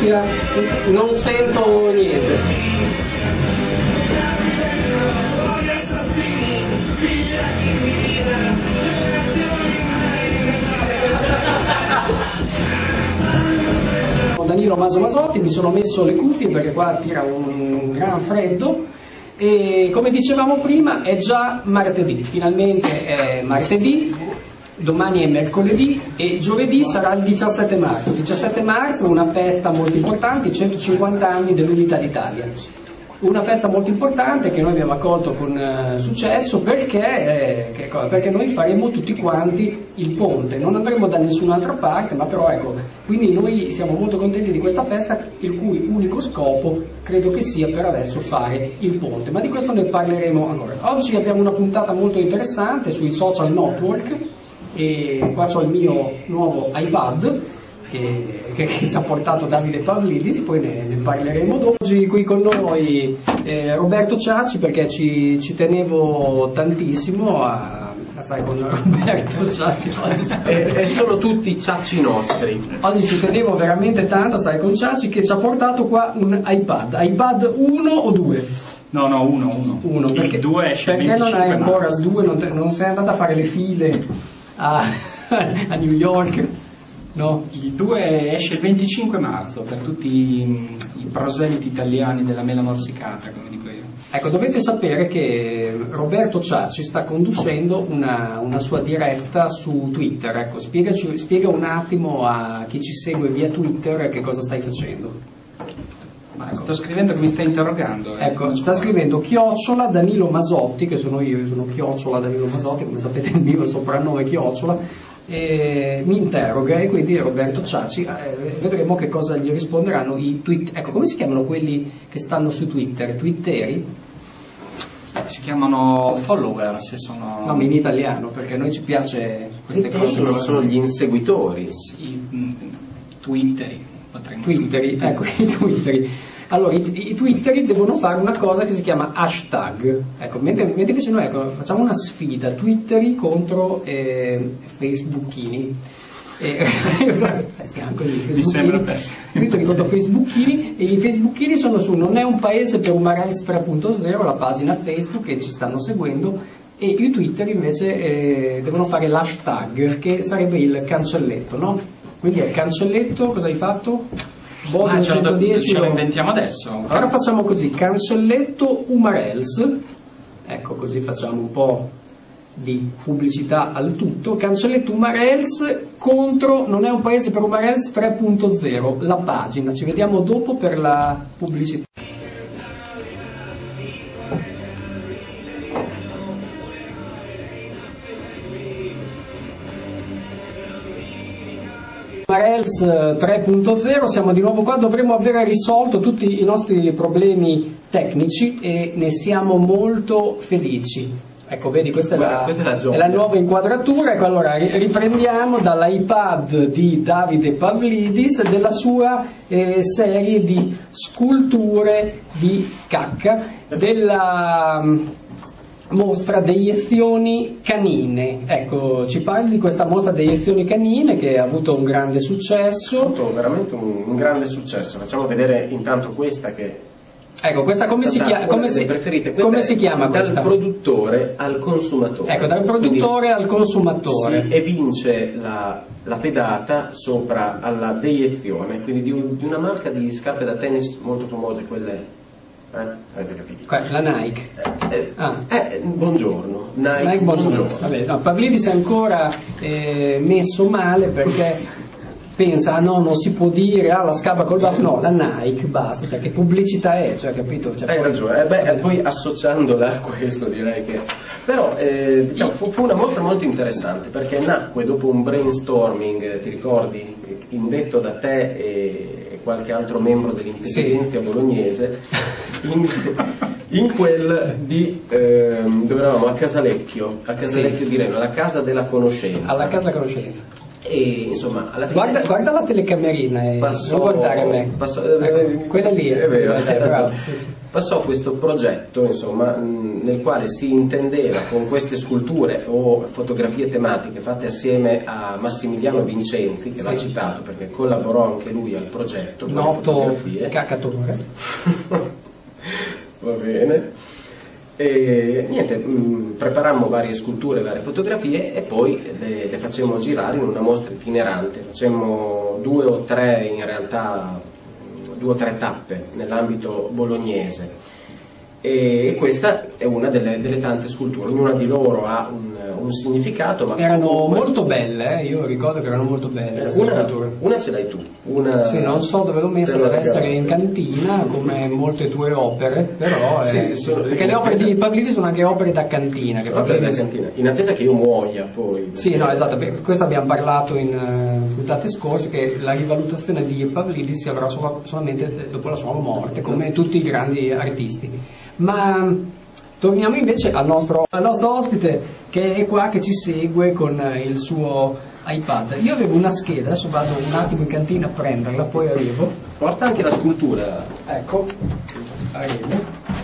cuffia, non sento niente. Danilo Masotti, mi sono messo le cuffie perché qua tira un gran freddo e come dicevamo prima è già martedì, finalmente è martedì, domani è mercoledì e giovedì sarà il 17 marzo. 17 marzo una festa molto importante, i 150 anni dell'Unità d'Italia. Una festa molto importante che noi abbiamo accolto con successo perché noi faremo tutti quanti il ponte, non andremo da nessun'altra parte, ma però ecco, quindi noi siamo molto contenti di questa festa, il cui unico scopo credo che sia per adesso fare il ponte, ma di questo ne parleremo ancora. Oggi abbiamo una puntata molto interessante sui social network e qua c'ho il mio nuovo iPad che ci ha portato Davide Pavlidis, poi ne parleremo dopo. Oggi qui con noi Roberto Ciacci, perché ci tenevo tantissimo a stare con Roberto Ciacci. È solo tutti Ciacci nostri. Oggi ci tenevo veramente tanto a stare con Ciacci, che ci ha portato qua un iPad 1 o 2? No, uno. Perché, 2 esce il 25 perché non hai ancora marzo. il 2? Non sei andata a fare le file a New York? No. Il 2 esce il 25 marzo per tutti i proseliti italiani della mela morsicata, come dico io. Ecco, dovete sapere che Roberto Ciacci sta conducendo una sua diretta su Twitter. Ecco, spiega un attimo a chi ci segue via Twitter che cosa stai facendo. Ma sto scrivendo che mi stai interrogando. Ecco, sta scrivendo @ Danilo Masotti, che sono io sono @ Danilo Masotti, come sapete il mio soprannome è Chiocciola. Mi interroga e quindi Roberto Ciacci vedremo che cosa gli risponderanno i tweet. Ecco, come si chiamano quelli che stanno su Twitter? Twitteri? Si chiamano followers, sono... No, in italiano, perché a noi ci piace queste cose. Sono gli inseguitori. Twitteri. Twitteri, ecco, i twitteri. Allora, i twitteri devono fare una cosa che si chiama hashtag. Ecco, mentre invece noi facciamo una sfida, twitteri contro facebookini. Mi sembra pessimo. Twitteri contro facebookini, e i facebookini sono su Non è un paese per Umarells 3.0, la pagina Facebook, che ci stanno seguendo, e i twitteri invece devono fare l'hashtag, che sarebbe il cancelletto, no? Quindi è cancelletto, cosa hai fatto? Ce lo inventiamo adesso. Allora facciamo così, cancelletto Umarells, ecco, così facciamo un po' di pubblicità al tutto. Cancelletto Umarells contro Non è un paese per Umarells 3.0, la pagina. Ci vediamo dopo per la pubblicità. Umarells 3.0, siamo di nuovo qua, dovremmo aver risolto tutti i nostri problemi tecnici e ne siamo molto felici. Ecco, vedi, questa è la nuova inquadratura. Ecco, allora riprendiamo dall'iPad di Davide Pavlidis, della sua serie di sculture di cacca, della mostra deiezioni canine. Ecco, ci parli di questa mostra deiezioni canine che ha avuto un grande successo. Ha avuto veramente un grande successo. Facciamo vedere intanto questa che... Ecco, questa come si chiama? Come si chiama questa? Dal produttore al consumatore. Ecco, dal produttore al consumatore. Sì, e vince la pedata sopra alla deiezione, quindi di una marca di scarpe da tennis molto famose, quelle... avete capito? La Nike. Buongiorno. Nike buongiorno. Vabbè, no, Pavlidis è ancora messo male perché pensa, no, non si può dire la scarpa col bafo, no, la Nike, basta, cioè che pubblicità è, cioè, capito? Cioè, hai ragione, poi associandola a questo direi che... Però diciamo, fu una mostra molto interessante perché nacque dopo un brainstorming, ti ricordi, indetto da te e qualche altro membro dell'intelligenza bolognese, in quel di dove eravamo a Casalecchio di Reno, alla Casa della Conoscenza. Alla Casa della Conoscenza. E insomma alla fine guarda la telecamerina non guardare me, quella lì è vero, bravo, sì. passò questo progetto, insomma, nel quale si intendeva con queste sculture o fotografie tematiche fatte assieme a Massimiliano Vincenzi, che l'ha citato perché collaborò anche lui al progetto con le noto fotografie. cacatore. Va bene. E niente, preparammo varie sculture, varie fotografie e poi le facemmo girare in una mostra itinerante. Facemmo 2 o 3 in realtà, 2 o 3 tappe nell'ambito bolognese. E questa è una delle tante sculture, ognuna di loro ha un significato. Ma Erano comunque, molto belle, io ricordo che erano molto belle queste sculture. una ce l'hai tu, Sì, non so dove l'ho messa, deve essere in cantina come molte tue opere, però perché le opere di Pavlidis sono anche opere da cantina, che Pavlidis... cantina, in attesa che io muoia poi. Sì, no, esatto, questo abbiamo parlato in puntate scorse, che la rivalutazione di Pavlidis si avrà solamente dopo la sua morte, come tutti i grandi artisti. Ma torniamo invece al nostro ospite, che è qua, che ci segue con il suo iPad. Io avevo una scheda, adesso vado un attimo in cantina a prenderla, poi arrivo. Porta anche la scultura. Ecco, arrivo.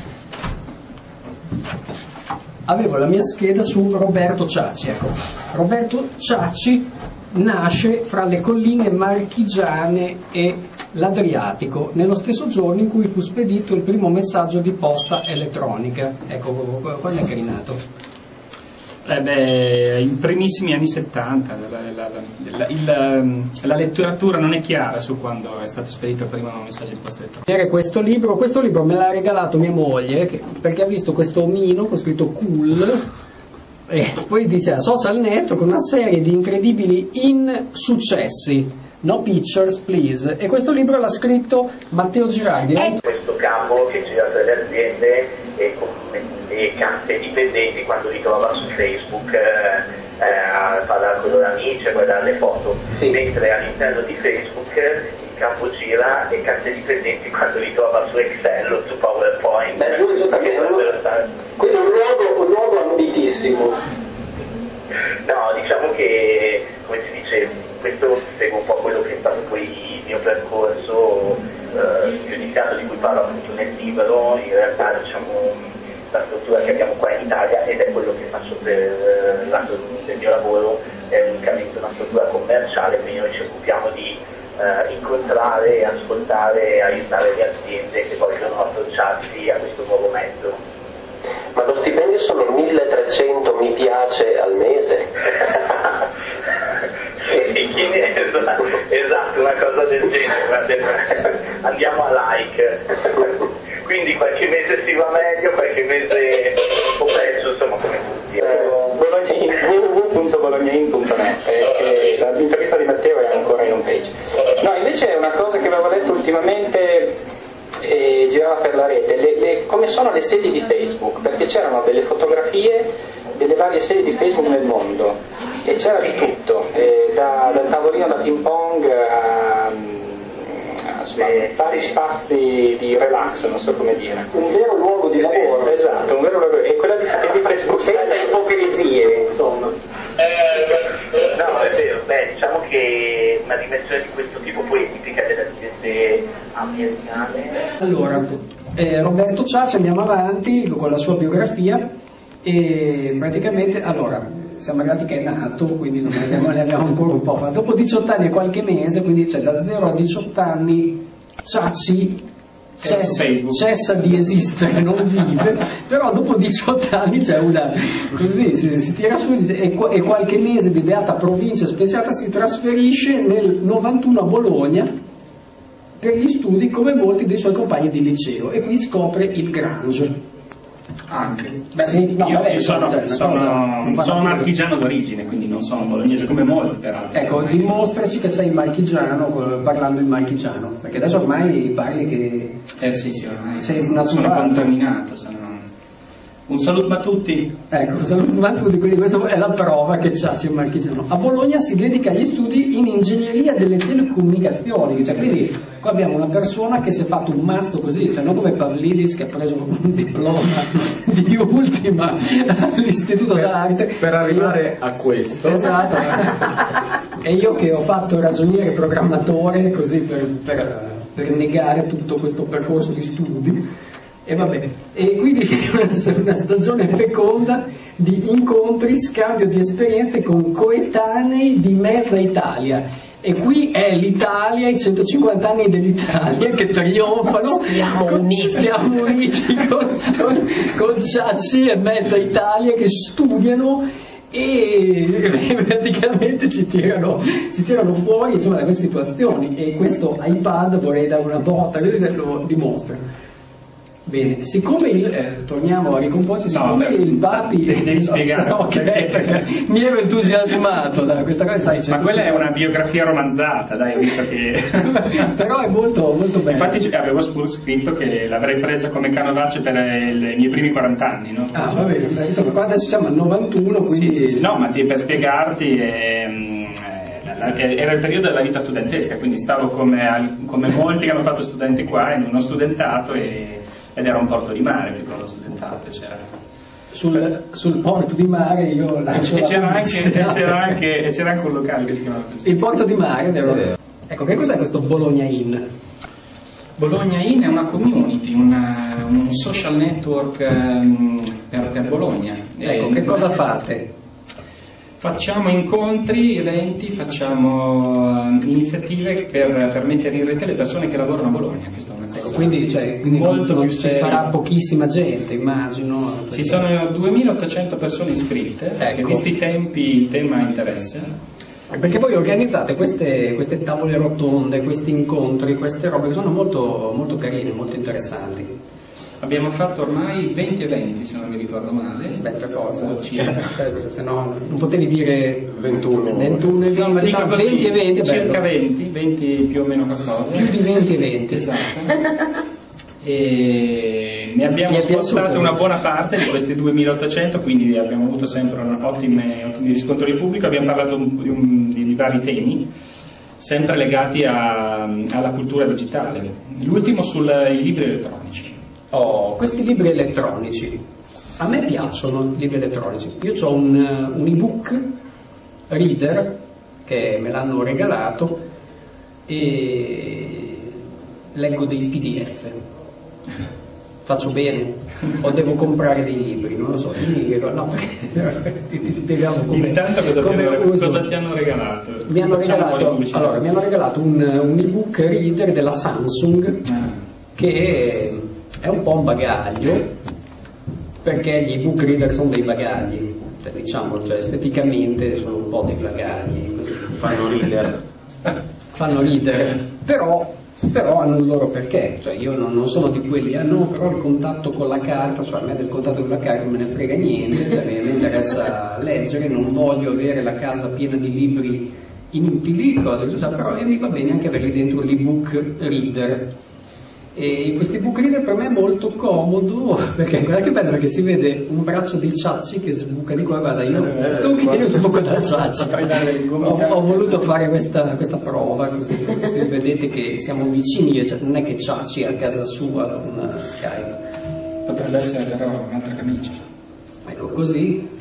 Avevo la mia scheda su Roberto Ciacci, ecco. Roberto Ciacci nasce fra le colline marchigiane e l'Adriatico, nello stesso giorno in cui fu spedito il primo messaggio di posta elettronica. Ecco, quando è che è rinato? In primissimi anni 70, la letteratura non è chiara su quando è stato spedito il primo messaggio di posta elettronica. Questo libro me l'ha regalato mia moglie, perché ha visto questo omino con scritto cool, e poi dice social network, una serie di incredibili insuccessi. No pictures, please. E questo libro l'ha scritto Matteo Girardi. Questo capo che gira tra le aziende e casse dipendenti, quando li trova su Facebook a parlare con i loro amici, a guardare le foto, mentre all'interno di Facebook il capo gira e casse dipendenti quando li trova su Excel o su PowerPoint. Quindi un luogo ambitissimo. No, diciamo che, come si dice, questo segue un po' quello che è stato poi il mio percorso giudiziato, di cui parlo appunto nel libro. In realtà, diciamo, la struttura che abbiamo qua in Italia, ed è quello che faccio per lato del mio lavoro, è unicamente una struttura commerciale, quindi noi ci occupiamo di incontrare, ascoltare e aiutare le aziende che vogliono approcciarsi a questo nuovo mezzo. Ma lo stipendio sono 1300 mi piace al mese? Esatto, una cosa del genere. Andiamo a like. Quindi qualche mese si va meglio, qualche mese un po' peggio, insomma, come tutti. www.bolognain.net, l'intervista di Matteo è ancora in home page. No, invece è una cosa che avevo letto ultimamente, girava per la rete, come sono le sedi di Facebook, perché c'erano delle fotografie delle varie sedi di Facebook nel mondo e c'era di tutto, dal tavolino da ping pong a vari spazi di relax, non so come dire. Un vero luogo di lavoro. Esatto, un vero luogo, e quella di Facebook senza ipocrisie, insomma. No, è vero, diciamo che una dimensione di questo tipo poi è tipica delle aziende americane. Allora, Roberto Ciacci, andiamo avanti con la sua biografia, e praticamente, allora, siamo arrivati che è nato, quindi ne abbiamo ancora un po', ma dopo 18 anni e qualche mese, quindi da 0 a 18 anni, Ciacci cessa di esistere, non vive, però dopo 18 anni c'è una, così si tira su e qualche mese di beata provincia speziata si trasferisce nel 91 a Bologna per gli studi, come molti dei suoi compagni di liceo, e qui scopre il grunge. Anche. Io sono marchigiano d'origine, quindi non sono bolognese come molti, peraltro. Ecco, dimostraci che sei marchigiano parlando in marchigiano, perché adesso ormai parli che sì, ormai sei snaturato. Sono contaminato. Un saluto a tutti. Ecco, un saluto a tutti, quindi questa è la prova che Ciacci è marchigiano. A Bologna si dedica agli studi in ingegneria delle telecomunicazioni, cioè, quindi qua abbiamo una persona che si è fatto un mazzo così, cioè non come Pavlidis che ha preso un diploma di ultima all'istituto d'arte per arrivare a questo. Esatto. E io che ho fatto ragioniere programmatore così per negare tutto questo percorso di studi. E vabbè, e quindi una stagione feconda di incontri, scambio di esperienze con coetanei di mezza Italia. E qui è l'Italia, i 150 anni dell'Italia che trionfano. Stiamo uniti con Ciacci e mezza Italia che studiano e praticamente ci tirano fuori, insomma, da queste situazioni. E questo iPad, vorrei dare una botta, lo dimostra. Bene, siccome torniamo a ricomporci, siccome il Papi devi spiegare perché mi ero entusiasmato da questa cosa, sai, ma quella è una biografia romanzata, dai, ho visto che però è molto molto bella. Infatti avevo scritto che l'avrei presa come canovaccio per i miei primi 40 anni, no? Ah, va bene, insomma, qua adesso siamo al 91, quindi sì. No, ma per spiegarti era il periodo della vita studentesca, quindi stavo come molti che hanno fatto studenti qua in uno studentato ed era un porto di mare più che uno studentato, c'era sul porto di mare io c'era anche un locale che si chiamava così. Il porto di mare, vero? Ecco, che cos'è questo Bologna Inn? Bologna Inn è una community, un social network per Bologna. Ecco, che cosa fate? Facciamo incontri, eventi, facciamo iniziative per mettere in rete le persone che lavorano a Bologna. Questa è una cosa quindi molto più ci sarà pochissima gente, immagino. Ci sono 2800 persone iscritte, perché visti i tempi il tema interessa. Perché voi organizzate queste tavole rotonde, questi incontri, queste robe che sono molto, molto carine, molto interessanti. Abbiamo fatto ormai 20 eventi, se non mi ricordo male. Beh, per forza, se no non potevi dire 21 eventi, no, ma dico così, 20 eventi, circa 20 più o meno qualcosa. Più di 20 eventi. Esatto. E ne abbiamo spostato una buona parte di questi 2800, quindi abbiamo avuto sempre ottimi riscontri del pubblico. Abbiamo parlato di vari temi, sempre legati alla cultura digitale. L'ultimo sui libri elettronici. Questi libri elettronici, a me piacciono i libri elettronici. Io ho un ebook reader che me l'hanno regalato e leggo dei PDF. Faccio bene o devo comprare dei libri? Non lo so, no, ti spiegavo come. Intanto cosa ti hanno regalato? Mi hanno regalato un ebook reader della Samsung che è un po' un bagaglio, perché gli ebook reader sono dei bagagli, diciamo, cioè esteticamente sono un po' dei bagagli, così. Fanno ridere, però hanno il loro perché, cioè io non sono di quelli, però il contatto con la carta, cioè a me del contatto con la carta me ne frega niente, cioè, mi interessa leggere, non voglio avere la casa piena di libri inutili, cose così, però mi va bene anche averli dentro l'ebook reader. E questo ebook reader per me è molto comodo, perché guarda che bello, perché si vede un braccio di Ciacci che sbuca di qua, guarda, io sbuco da Ciacci. Ho voluto fare questa prova, così vedete che siamo vicini, cioè, non è che Ciacci è a casa sua con Skype. Potrebbe essere però un'altra camicia. Ecco, così.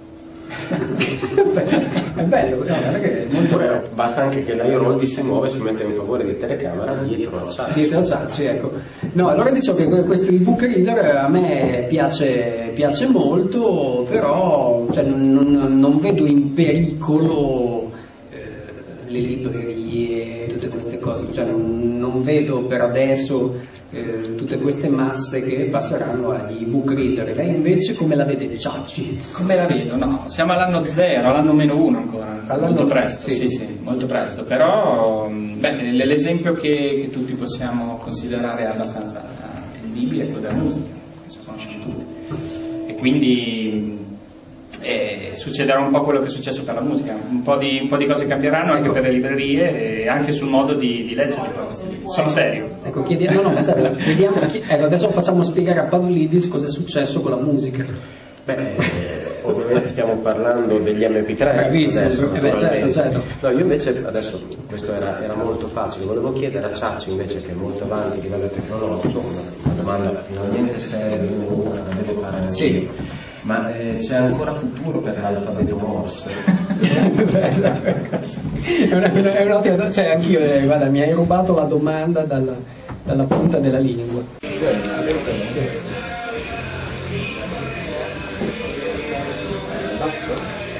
È bello, è molto bello. Basta anche che l'Airoldi si muove e si mette in favore di telecamera dietro a Ciacci. Ecco. No, allora dicevo che questo ebook reader a me piace molto, però cioè, non vedo in pericolo le librerie, tutte queste cose, cioè, non vedo per adesso tutte queste masse che passeranno agli ebook reader. Lei invece come la vede, Ciacci? Come la vedo? No, siamo all'anno 0, all'anno -1 ancora, molto presto, sì, molto presto, però l'esempio che tutti possiamo considerare abbastanza attendibile è quello della musica, che si conosce di tutti, e quindi succederà un po' quello che è successo per la musica, un po' di cose cambieranno anche per le librerie e anche sul modo di leggere questi libri. Sono serio. Ecco, chiediamo adesso facciamo spiegare a Pavlidis cosa è successo con la musica. Ovviamente stiamo parlando degli MP3 certo. No, io invece adesso questo era molto facile, volevo chiedere a Ciacci invece, che è molto avanti a livello tecnologico, una domanda finalmente seria, la deve fare sì. Ma c'è ancora futuro per l'alfabeto Morse? È un'ottima, cioè anch'io, guarda, mi hai rubato la domanda dalla punta della lingua. Basso?